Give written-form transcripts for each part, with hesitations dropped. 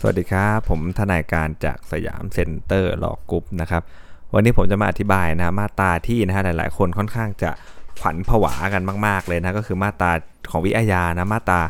สวัสดีครับผมทนายการจากสยามเซ็นเตอร์ลอกรุ๊ปนะครับวันนี้ผมจะมาอธิบายนะมาตราที่นะฮะหลายๆคนค่อนข้างจะขวัญผวากันมากๆเลยนะก็คือมาตราของวิทยานะมาตรา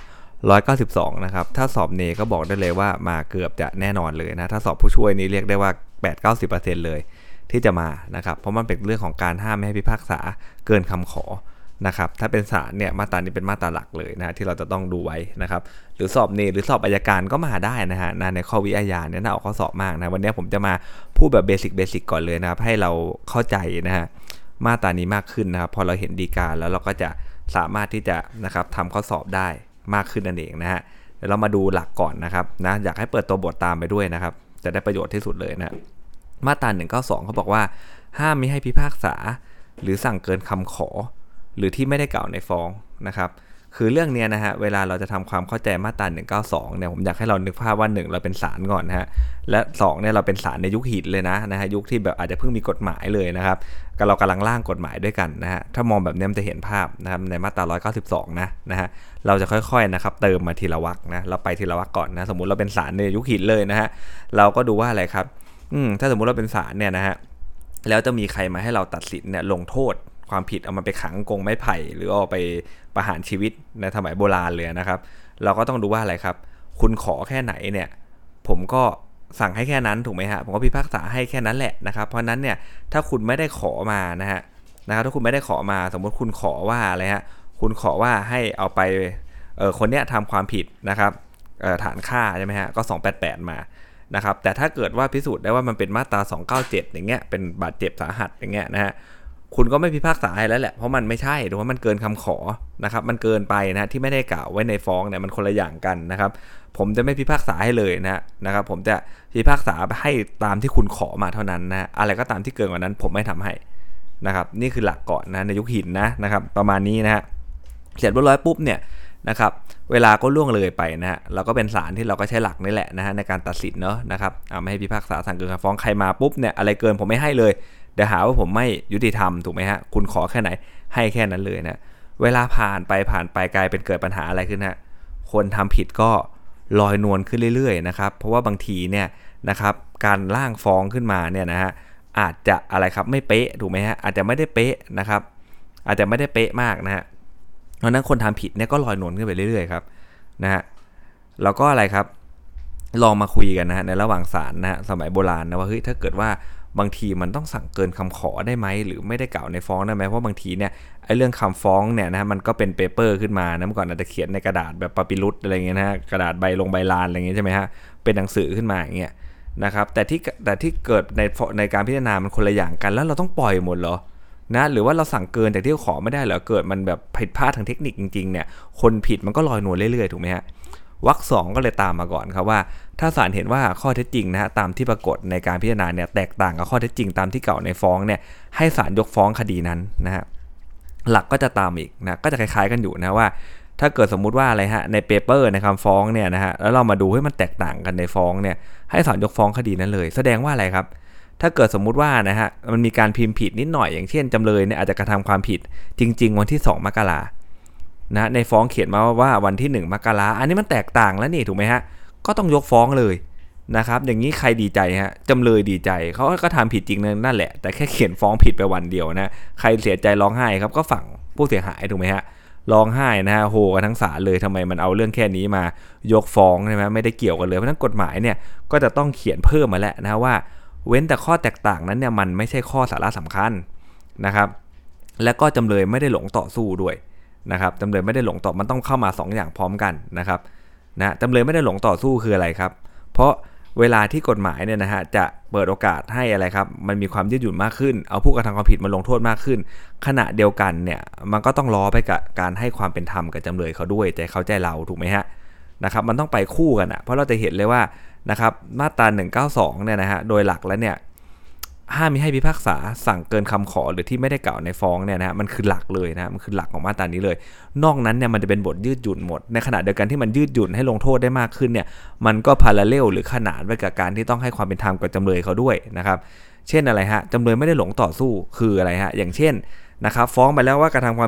192นะครับถ้าสอบเนก็บอกได้เลยว่ามาเกือบจะแน่นอนเลยนะถ้าสอบผู้ช่วยนี้เรียกได้ว่า 8-90% เลยที่จะมานะครับเพราะมันเป็นเรื่องของการห้ามไม่ให้พิพากษาเกินคำขอนะครับถ้าเป็นศาลเนี่ยมาตรานี้เป็นมาตราหลักเลยนะที่เราจะต้องดูไว้นะครับหรือสอบเนหรือสอบอัยการก็มาได้นะฮะในข้อวิทยาเนี่ยน่าออกข้อสอบมากนะวันนี้ผมจะมาพูดแบบเบสิกก่อนเลยนะครับให้เราเข้าใจนะฮะมาตรานี้มากขึ้นนะครับพอเราเห็นดีกาแล้วเราก็จะสามารถที่จะนะครับทำข้อสอบได้มากขึ้นนั่นเองนะฮะเดี๋ยวเรามาดูหลักก่อนนะครับนะอยากให้เปิดตัวบทตามไปด้วยนะครับจะได้ประโยชน์ที่สุดเลยนะมาตรา192เขาบอกว่าห้ามมิให้พิพากษาหรือสั่งเกินคำขอหรือที่ไม่ได้กล่าวในฟ้องนะครับคือเรื่องนี้นะฮะเวลาเราจะทำความเข้าใจมาตรา192เนี่ยผมอยากให้เรานึกภาพว่า1เราเป็นศาลก่อนนะฮะและ2เนี่ยเราเป็นศาลในยุคหินเลยนะฮะยุคที่แบบอาจจะเพิ่งมีกฎหมายเลยนะครับเรากำลังร่างกฎหมายด้วยกันนะฮะถ้ามองแบบนี้มันจะเห็นภาพนะครับในมาตรา192นะฮะเราจะค่อยๆนะครับเติมมาทีละวรรคนะเราไปทีละวรรคก่อนนะสมมุติเราเป็นศาลในยุคหินเลยนะฮะเราก็ดูว่าอะไรครับถ้าสมมุติเราเป็นศาลเนี่ยนะฮะแล้วจะมีใครมาให้เราตัดสินเนี่ยลงโทษความผิดเอามาไปขังกรงไม้ไผ่หรือเอาไปประหารชีวิตในสมัยโบราณเลยนะครับเราก็ต้องดูว่าอะไรครับคุณขอแค่ไหนเนี่ยผมก็สั่งให้แค่นั้นถูกไหมฮะผมก็พิพากษาให้แค่นั้นแหละนะครับเพราะนั้นเนี่ยถ้าคุณไม่ได้ขอมานะครับถ้าคุณไม่ได้ขอมาสมมติคุณขอว่าอะไรฮะคุณขอว่าให้เอาไปคนเนี้ยทำความผิดนะครับฐานฆ่าใช่ไหมฮะก็288มานะครับแต่ถ้าเกิดว่าพิสูจน์ได้ว่ามันเป็นมาตรา297อย่างเงี้ยเป็นบาดเจ็บสาหัสอย่างเงี้ยนะฮะคุณก็ไม่พิพากษาให้แล้วแหละเพราะมันไม่ใช่หรือว่ามันเกินคำขอนะครับมันเกินไปนะที่ไม่ได้กล่าวไว้ในฟ้องเนี่ยมันคนละอย่างกันนะครับผมจะไม่พิพากษาให้เลยนะครับผมจะพิพากษาให้ตามที่คุณขอมาเท่านั้นนะอะไรก็ตามที่เกินกว่านั้นผมไม่ทำให้นะครับนี่คือหลักก่อนนะในยุคหินนะครับประมาณนี้นะฮะเสร็จเรียบร้อยปุ๊บเนี่ยนะครับเวลาก็ล่วงเลยไปนะฮะเราก็เป็นศาลที่เราก็ใช้หลักนี่แหละนะฮะในการตัดสินเนาะนะครับไม่ให้พิพากษาสั่งเกินคำฟ้องใครมาปุ๊บเนี่ยอะไรเกินผมไม่ให้เลยเดี๋ยวหาว่าผมไม่ยุติธรรมถูกไหมฮะคุณขอแค่ไหนให้แค่นั้นเลยนะเวลาผ่านไปกลายเป็นเกิดปัญหาอะไรขึ้นฮะคนทำผิดก็ลอยนวลขึ้นเรื่อยๆนะครับเพราะว่าบางทีเนี่ยนะครับการร่างฟ้องขึ้นมาเนี่ยนะฮะอาจจะอะไรครับไม่เป๊ะถูกไหมฮะอาจจะไม่ได้เป๊ะนะครับอาจจะไม่ได้เป๊ะมากนะฮะเพราะนั้นคนทำผิดเนี่ยก็ลอยนวลขึ้นไปเรื่อยๆครับนะฮะแล้วก็อะไรครับลองมาคุยกันนะฮะในระหว่างศาลนะฮะสมัยโบราณนะว่าเฮ้ยถ้าเกิดว่าบางทีมันต้องสั่งเกินคำขอได้ไหมหรือไม่ได้กล่าวในฟ้องได้ไหมเพราะบางทีเนี่ยไอ้เรื่องคำฟ้องเนี่ยนะมันก็เป็นเปเปอร์ขึ้นมานะเมื่อก่อนอาจจะเขียนในกระดาษแบบปาปิรุสอะไรเงี้ยนะฮะกระดาษใบลานอะไรเงี้ยใช่ไหมฮะเป็นหนังสือขึ้นมาอย่างเงี้ยนะครับแต่ที่เกิดในการพิจารณามันคนละอย่างกันแล้วเราต้องปล่อยหมดเหรอนะหรือว่าเราสั่งเกินจากที่ขอไม่ได้เหรอเกิดมันแบบผิดพลาดทางเทคนิคจริงๆเนี่ยคนผิดมันก็ลอยนวลเรื่อยๆถูกไหมฮะวรรค2ก็เลยตามมาก่อนครับว่าถ้าศาลเห็นว่าข้อเท็จจริงนะฮะตามที่ปรากฏในการพิจารณาเนี่ยแตกต่างกับข้อเท็จจริงตามที่กล่าวในฟ้องเนี่ยให้ศาลยกฟ้องคดีนั้นนะฮะหลักก็จะตามอีกนะก็จะคล้ายๆกันอยู่นะว่าถ้าเกิดสมมุติว่าอะไรฮะในเปเปอร์ในคำฟ้องเนี่ยนะฮะแล้วเรามาดูให้มันแตกต่างกันในฟ้องเนี่ยให้ศาลยกฟ้องคดีนั้นเลยแสดงว่าอะไรครับถ้าเกิดสมมุติว่านะฮะมันมีการพิมพ์ผิดนิดหน่อยอย่างเช่นจำเลยเนี่ยอาจจะกระทำความผิดจริงๆวันที่2 มกรานะในฟ้องเขียนมาว่าวันที่1 มกราอันนี้มันแตกต่างแล้วนี่ถูกไหมฮะก็ต้องยกฟ้องเลยนะครับอย่างนี้ใครดีใจฮะจำเลยดีใจเขาก็ทำผิดจริงนั่นแหละแต่แค่เขียนฟ้องผิดไปวันเดียวนะใครเสียใจร้องไห้ครับก็ฝั่งผู้เสียหายถูกไหมฮะร้องไห้นะฮะโหกันทั้งศาลเลยทำไมมันเอาเรื่องแค่นี้มายกฟ้องใช่ไหมไม่ได้เกี่ยวกันเลยเพราะนั้นกฎหมายเนี่ยก็จะต้องเขียนเพิ่มมาแล้วนะว่าเว้นแต่ข้อแตกต่างนั้นเนี่ยมันไม่ใช่ข้อสาระสำคัญนะครับและก็จำเลยไม่ได้หลงต่อสู้ด้วยนะครับจำเลยไม่ได้หลงต่อมันต้องเข้ามา2 อย่างพร้อมกันนะครับนะจำเลยไม่ได้หลงต่อสู้คืออะไรครับเพราะเวลาที่กฎหมายเนี่ยนะฮะจะเปิดโอกาสให้อะไรครับมันมีความยืดหยุ่นมากขึ้นเอาผู้กระทำความผิดมาลงโทษมากขึ้นขณะเดียวกันเนี่ยมันก็ต้องล้อไปกับการให้ความเป็นธรรมกับจำเลยเขาด้วยใจเขาใจเราถูกไหมฮะนะครับมันต้องไปคู่กันเพราะเราจะเห็นเลยว่านะครับมาตรา192เนี่ยนะฮะโดยหลักแล้วเนี่ยห้ามมิให้พิพากษาสั่งเกินคำขอหรือที่ไม่ได้กล่าวในฟ้องเนี่ยนะมันคือหลักเลยนะมันคือหลักของมาตรานี้เลยนอกนั้นเนี่ยมันจะเป็นบทยืดหยุ่นหมดในขณะเดียวกันที่มันยืดหยุ่นให้ลงโทษได้มากขึ้นเนี่ยมันก็พาราเรลหรือขนานไปกับการที่ต้องให้ความเป็นธรรมกับจำเลยเขาด้วยนะครับเช่นอะไรฮะจำเลยไม่ได้หลงต่อสู้คืออะไรฮะอย่างเช่นนะครับฟ้องไปแล้วว่ากระทำความผิด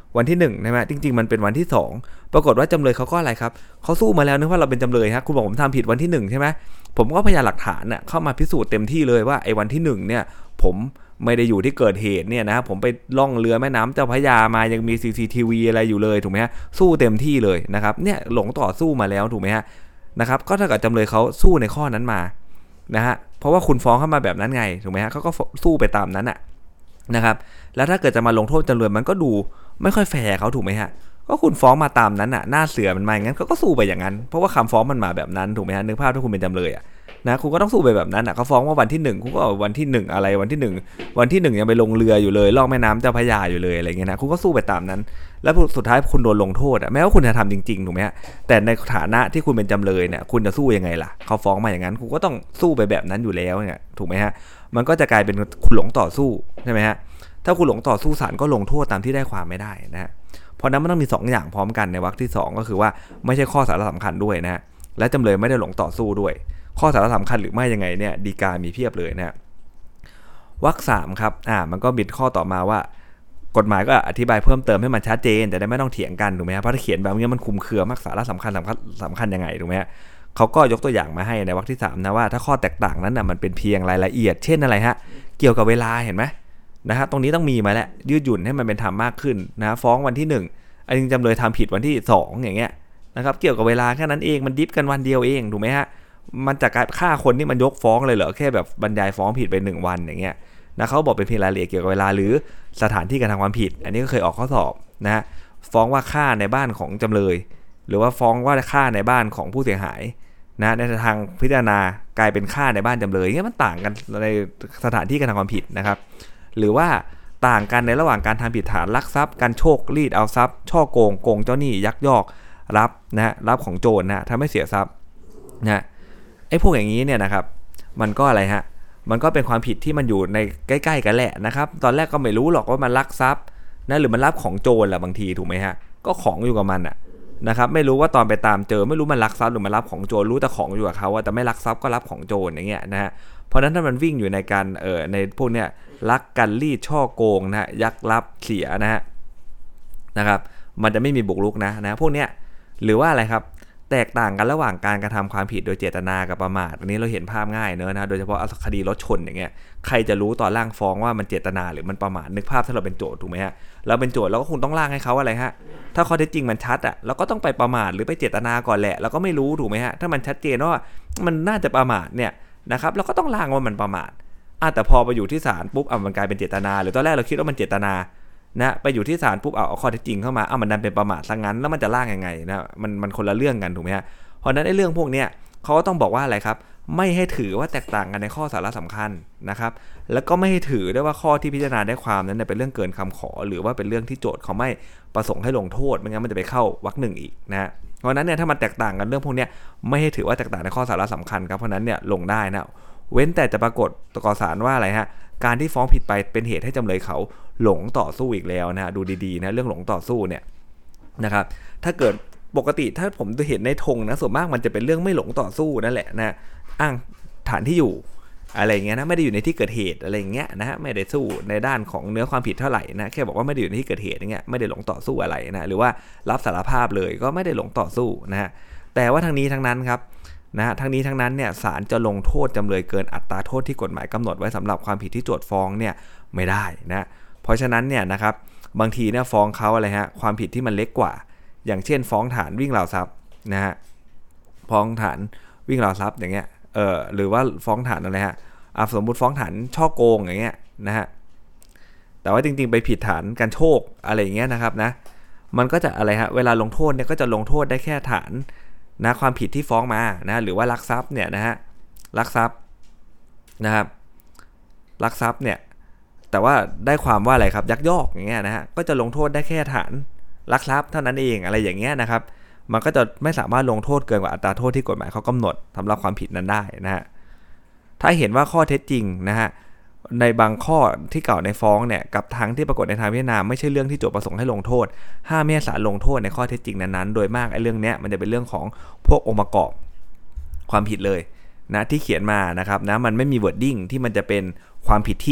วันที่1ใช่ไหมจริงๆมันเป็นวันที่2ปรากฏว่าจำเลยเขาก็อะไรครับเขาสู้มาแล้วนึกว่าเราเป็นจำเลยฮะคุณบอกผมทำผิดวันที่1ใช่ไหมผมก็พยานหลักฐานน่ะเข้ามาพิสูจน์เต็มที่เลยว่าไอ้วันที่1เนี่ยผมไม่ได้อยู่ที่เกิดเหตุเนี่ยนะผมไปล่องเรือแม่น้ำเจ้าพระยามายังมี CCTV อะไรอยู่เลยถูกไหมฮะสู้เต็มที่เลยนะครับเนี่ยหลงต่อสู้มาแล้วถูกไหมฮะนะครับก็เท่ากับจำเลยเขาสู้ในข้อนั้นมานะฮะเพราะว่าคุณฟ้องเข้ามาแบบนั้นไงถูกไหมฮะเขาก็สู้ไปตามนั้นนะครับแล้วถ้าเกิดจะมาลงโทษจำเลยมันก็ดูไม่ค่อยแฟร์เขาถูกไหมฮะก็คุณฟ้องมาตามนั้นหน้าเสือมันมาอย่างนั้นก็สู้ไปอย่างนั้นเพราะว่าคำฟ้องมันมาแบบนั้นถูกไหมฮะนึกภาพถ้าคุณเป็นจำเลยนะคุณก็ต้องสู้ไปแบบนั้นเขาฟ้องว่าวันที่1คุณก็วันที่1อะไรวันที่1วันที่1ยังไปลงเรืออยู่เลยล่องแม่น้ำเจ้าพระยาอยู่เลยอะไรเงี้ยนะคุณก็สู้ไปตามนั้นแล้วสุดท้ายคุณโดนลงโทษแม้ว่าคุณจะทำจริงๆถูกไหมฮะแต่ในฐานะที่คุณเป็นจำเลยเนี่ยคุณจะสู้ยังไงล่ะเขาฟ้องมาอย่างนั้นคุณก็ต้องสู้ไปแบบนั้นอยู่แล้วเนี่ยถูกไหมฮะมันก็จะกลายเป็นคุณหลงต่อสู้ใช่ไหมฮะถ้าคุณหลงต่อสู้ศาลก็ลงโทษตามที่ได้ความไม่ได้นะฮะเพราะนั้นมันต้องมี2อย่างพร้อมกันในวรรคที่2ก็คือว่าไม่ใช่ข้อสาระสำคัญด้วยนะฮะและจำเลยไม่ได้หลงต่อสู้ด้วยข้อสาระสำคัญหรือไม่ยังไงเนี่ยฎีกามีเพียบเลยนะวรรค3ครับมันก็บิดข้อต่อมาว่ากฎหมายก็อธิบายเพิ่มเติมให้มันชัดเจนจะได้ไม่ต้องเถียงกันถูกไหมครับเพราะถ้าเขียนแบบนี้มันคุมเครือมากสาระสำคัญยังไงถูกไหมเขาก็ยกตัวอย่างมาให้ในวรรคที่3นะว่าถ้าข้อแตกต่างนั้นมันเป็นเพียงรายละเอียดเช่นอะไรฮะเกี่ยวกับเวลาเห็นไหมนะฮะตรงนี้ต้องมีมาแล้วยืดหยุ่นให้มันเป็นธรรมมากขึ้นนะฟ้องวันที่1อันนี้จำเลยทำผิดวันที่2อย่างเงี้ยนะครับเกี่ยวกับเวลาแค่นั้นเองมันดิฟกันวันเดียวเองถูกไหมฮะมันจะฆ่าคนที่มันยกฟ้องเลยเหรอแค่แบบบรรยายฟ้องผิดไป1วันอย่างเงี้ยนะเขาบอกเป็นเพียงรายละเอียดเกี่ยวกับเวลาหรือสถานที่การทำความผิดอันนี้ก็เคยออกข้อสอบนะฮะฟ้องว่าฆ่าในบ้านของจำเลยหรือว่าฟ้องว่าฆ่าในบ้านของผู้เสียหายนะในทางพิจารณากลายเป็นฆ่าในบ้านจำเลยเงี้ยมันต่างกันในสถานที่การทำความผิดนะครับหรือว่าต่างกันในระหว่างการทำผิดฐานลักทรัพย์การโชครีดเอาทรัพย์ช่อโกงเจ้าหนี้ยักยอกรับนะรับของโจรนะทำให้เสียทรัพย์นะไอ้พวกอย่างนี้เนี่ยนะครับมันก็อะไรฮะมันก็เป็นความผิดที่มันอยู่ในใกล้ๆกันแหละนะครับตอนแรกก็ไม่รู้หรอกว่ามันลักทรัพย์นะหรือมันรับของโจรแหละบางทีถูกไหมฮะก็ของอยู่กับมันนะครับไม่รู้ว่าตอนไปตามเจอไม่รู้มันลักทรัพย์หรือมันรับของโจรรู้แต่ของอยู่กับเขาแต่ไม่ลักทรัพย์ก็รับของโจรอย่างเงี้ยนะฮะเพราะนั้นถ้ามันวิ่งอยู่ในการในพวกเนี้ยลักกันรีดช่อโกงนะยักรับเสียนะครับมันจะไม่มีบุกรุกนะพวกเนี้ยหรือว่าอะไรครับแตกต่างกันระหว่างการกระทำความผิดโดยเจตนากับประมาทอันนี้เราเห็นภาพง่ายเนอะนะโดยเฉพาะคดีรถชนอย่างเงี้ยใครจะรู้ตอนล่างฟ้องว่ามันเจตนาหรือมันประมาทนึกภาพถ้าเราเป็นโจทย์ถูกไหมฮะเราเป็นโจทย์เราก็คงต้องล่างให้เขาอะไรฮะถ้าข้อเท็จจริงมันชัดเราก็ต้องไปประมาทหรือไปเจตนาก่อนแหละเราก็ไม่รู้ถูกไหมฮะถ้ามันชัดเจนว่ามันน่าจะประมาทเนี่ยนะครับเราก็ต้องล่างว่ามันประมาทแต่พอไปอยู่ที่ศาลปุ๊บมันกลายเป็นเจตนาหรือตอนแรกเราคิดว่ามันเจตนานะไปอยู่ที่ศาลปุ๊บเอาข้อเท็จจริงเข้ามามันดันเป็นประมาทซะงั้นแล้วมันจะล่างยังไงนะมันคนละเรื่องกันถูกไหมฮะเพราะนั้นไอ้เรื่องพวกเนี้ยเขาก็ต้องบอกว่าอะไรครับไม่ให้ถือว่าแตกต่างกันในข้อสาระสำคัญนะครับแล้วก็ไม่ให้ถือได้ว่าข้อที่พิจารณาได้ความนั้นเป็นเรื่องเกินคำขอหรือว่าเป็นเรื่องที่โจทก์เขาไม่ประสงค์ให้ลงโทษไม่งั้นมันจะไปเข้าวรรคหนึ่งอีกนะเพราะนั้นเนี่ยถ้ามันแตกต่างกันเรื่องพวกเนี้ยไม่ให้ถือว่าแตกต่างในข้อสาระสำคัญครับเพราะนั้นเนี่ยลงได้นะเว้นแต่จะปรากฏต่อศาลว่าอะไรฮะการที่ฟ้องผิดไปเป็นเหตุให้จำเลยเขาหลงต่อสู้อีกแล้วนะดูดีๆนะเรื่องหลงต่อสู้เนี่ยนะครับถ้าเกิดปกติถ้าผมเห็นในธงนะส่วนมากมันจะเป็นเรื่องไม่หลงต่อสู้นั่นแหละนะอ้างฐานที่อยู่อะไรเงี้ยนะไม่ได้อยู่ในที่เกิดเหตุอะไรเงี้ยนะฮะไม่ได้สู้ในด้านของเนื้อความผิดเท่าไหร่นะแค่บอกว่าไม่ได้อยู่ในที่เกิดเหตุอย่างเงี้ยไม่ได้หลงต่อสู้อะไรนะหรือว่ารับสารภาพเลยก็ไม่ได้หลงต่อสู้นะฮะแต่ว่าทั้งนี้ทั้งนั้นครับนะทั้งนี้ทั้งนั้นเนี่ยศาลจะลงโทษจำเลยเกินอัตราโทษที่กฎหมายกำหนดไว้สำหรับความผิดที่โจทก์ฟ้องเนี่ยไม่ได้นะเพราะฉะนั้นเนี่ยนะครับบางทีเนี่ยฟ้องเขาอะไรฮะความผิดที่มันเล็กกว่าอย่างเช่นฟ้องฐานวิ่งราวทรัพย์นะฮะฟ้องฐานวิ่งราวทรัพย์อย่างเงี้ยหรือว่าฟ้องฐานอะไรฮะสมมุติฟ้องฐานช่อโกงอย่างเงี้ยนะฮะแต่ว่าจริงๆไปผิดฐานการโชคอะไรอย่างเงี้ยนะครับนะมันก็จะอะไรฮะเวลาลงโทษเนี่ยก็จะลงโทษได้แค่ฐานนะความผิดที่ฟ้องมานะหรือว่าลักทรัพย์เนี่ยนะฮะลักทรัพย์นะครับลักทรัพย์เนี่ยแต่ว่าได้ความว่าอะไรครับยักยอกอย่างเงี้ยนะฮะก็จะลงโทษได้แค่ฐานลักทรัพย์เท่านั้นเองอะไรอย่างเงี้ยนะครับมันก็จะไม่สามารถลงโทษเกินกว่าอัตราโทษที่กฎหมายเขากำหนดสำหรับความผิดนั้นได้นะฮะถ้าเห็นว่าข้อเท็จจริงนะฮะในบางข้อที่กล่าวในฟ้องเนี่ยกับทั้งที่ปรากฏในทางพิจารณาไม่ใช่เรื่องที่โจทก์ประสงค์ให้ลงโทษห้ามไม่ให้ศาลลงโทษในข้อเท็จจริงนั้นๆโดยมากไอ้เรื่องเนี้ยมันจะเป็นเรื่องของพวกองค์ประกอบความผิดเลยนะที่เขียนมานะครับนะมันไม่มี wording ที่มันจะเป็นความผิดที่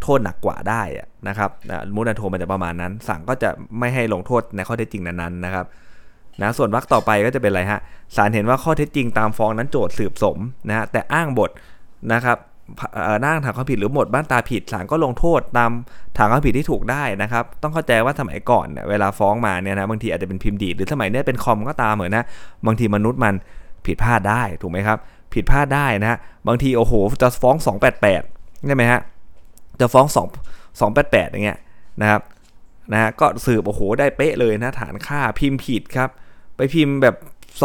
โทษหนักกว่าได้นะครับมูลโทมันจะประมาณนั้นศาลก็จะไม่ให้ลงโทษในข้อเท็จจริงนั้นๆนะครับนะส่วนวรรคต่อไปก็จะเป็นอะไรฮะศาลเห็นว่าข้อเท็จจริงตามฟ้องนั้นโจทก์สืบสมนะฮะแต่อ้างบทนะครับอ้างฐานความผิดหรือหมดบ้านตาผิดศาลก็ลงโทษตามฐานความผิดที่ถูกได้นะครับต้องเข้าใจว่าสมัยก่อนเนี่ยเวลาฟ้องมาเนี่ยนะบางทีอาจจะเป็นพิมพ์ดีดหรือสมัยนี้เป็นคอมก็ตามเหมือนนะบางทีมนุษย์มันผิดพลาดได้ถูกไหมครับผิดพลาดได้นะฮะบางทีโอ้โหจะฟ้อง288ใช่ไหมฮะจะฟ้อง288อย่างเงี้ยนะครับนะก็สืบโอ้โหได้เป๊ะเลยนะฐานฆ่าพิมพ์ผิดครับไปพิมพ์แบบ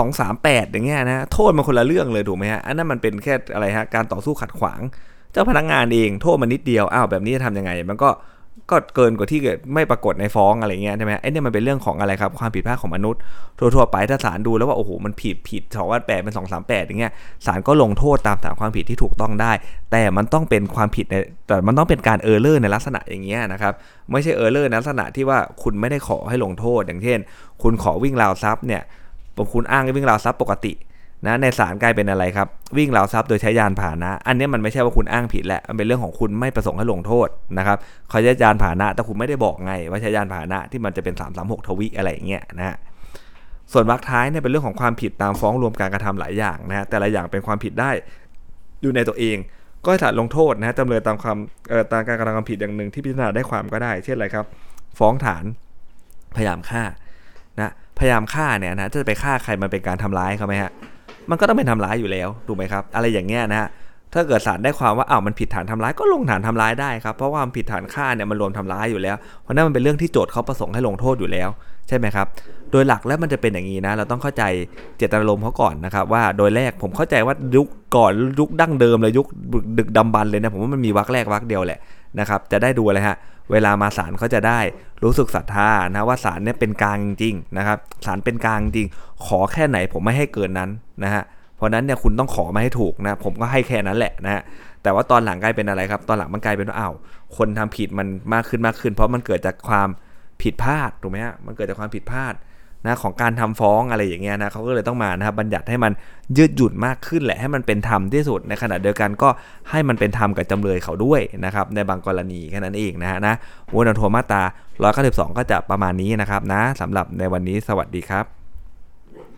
238อย่างเงี้ยนะโทษมันคนละเรื่องเลยถูกไหมฮะอันนั้นมันเป็นแค่อะไรฮะการต่อสู้ขัดขวางเจ้าพนักงานเองโทษมันนิดเดียวแบบนี้จะทำยังไงมันก็เกินกว่าที่ไม่ปรากฏในฟ้องอะไรเงี้ยใช่ไหมไอ้นี่มันเป็นเรื่องของอะไรครับความผิดพลาดของมนุษย์ทั่วไปถ้าศาลดูแล้วว่าโอ้โหมันผิด288เป็น238อย่างเงี้ยศาลก็ลงโทษตามฐานความผิดที่ถูกต้องได้แต่มันต้องเป็นความผิดแต่มันต้องเป็นการเออร์เลอร์ในลักษณะอย่างเงี้ยนะครับไม่ใช่เออร์เลอร์ในลักษณะที่ว่าคุณไม่ได้ขอให้ลงโทษอย่างเช่นคุณขอวิ่งราวทรัพย์เนี่ยคุณอ้างวิ่งราวทรัพย์ปกตินะในศาลกลายเป็นอะไรครับวิ่งราวทรัพย์โดยใช้ยานพาหนะอันนี้มันไม่ใช่ว่าคุณอ้างผิดแหละมันเป็นเรื่องของคุณไม่ประสงค์ให้ลงโทษนะครับเขาใช้ยานพาหนะแต่คุณไม่ได้บอกไงว่าใช้ยานพาหนะที่มันจะเป็น336ทวิอะไรอย่างเงี้ยนะฮะส่วนวรรคท้ายเนี่ยเป็นเรื่องของความผิดตามฟ้องรวมการกระทำหลายอย่างนะฮะแต่ละอย่างเป็นความผิดได้อยู่ในตัวเองก็ศาลลงโทษนะจำเลยตามการกระทำความผิดอย่างหนึ่งที่พิจารณาได้ความก็ได้เช่นอะไรครับฟ้องฐานพยายามฆ่านะพยายามฆ่าเนี่ยนะจะไปฆ่าใครมันเป็นการทำร้ายเขาไหมฮะมันก็ต้องเป็นทำร้ายอยู่แล้วถูกไหมครับอะไรอย่างเงี้ยนะฮะถ้าเกิดศาลได้ความว่ามันผิดฐานทำร้ายก็ลงฐานทำร้ายได้ครับเพราะว่ามันผิดฐานฆ่าเนี่ยมันรวมทำร้ายอยู่แล้วเพราะนั่นมันเป็นเรื่องที่โจทก์เขาประสงค์ให้ลงโทษอยู่แล้วใช่ไหมครับโดยหลักแล้วมันจะเป็นอย่างนี้นะเราต้องเข้าใจเจตนารมณ์เขาก่อนนะครับว่าโดยแรกผมเข้าใจว่ายุคก่อนยุคดั้งเดิมเลยยุคดึกดำบรรพ์เลยนะผมว่ามันมีวรรคแรกวรรคเดียวแหละนะครับจะได้ดูอะไรฮะเวลามาศาลเขาจะได้รู้สึกศรัทธานะว่าศาลเนี่ยเป็นกลางจริงนะครับศาลเป็นกลางจริงขอแค่ไหนผมไม่ให้เกินนั้นนะฮะเพราะนั้นเนี่ยคุณต้องขอมาให้ถูกนะผมก็ให้แค่นั้นแหละนะฮะแต่ว่าตอนหลังกลายเป็นอะไรครับตอนหลังมันกลายเป็นว่าคนทำผิดมันมากขึ้นเพราะมันเกิดจากความผิดพลาดถูกไหมฮะมันเกิดจากความผิดพลาดนะของการทำฟ้องอะไรอย่างเงี้ยนะเขาก็เลยต้องมานะครับบัญญัติให้มันยืดหยุ่นมากขึ้นแหละให้มันเป็นธรรมที่สุดในขณะเดียวกันก็ให้มันเป็นธรรมกับจำเลยเขาด้วยนะครับในบางกรณีแค่นั้นเองนะวรรณโทมาตรา192ก็จะประมาณนี้นะครับนะสำหรับในวันนี้สวัสดีครับ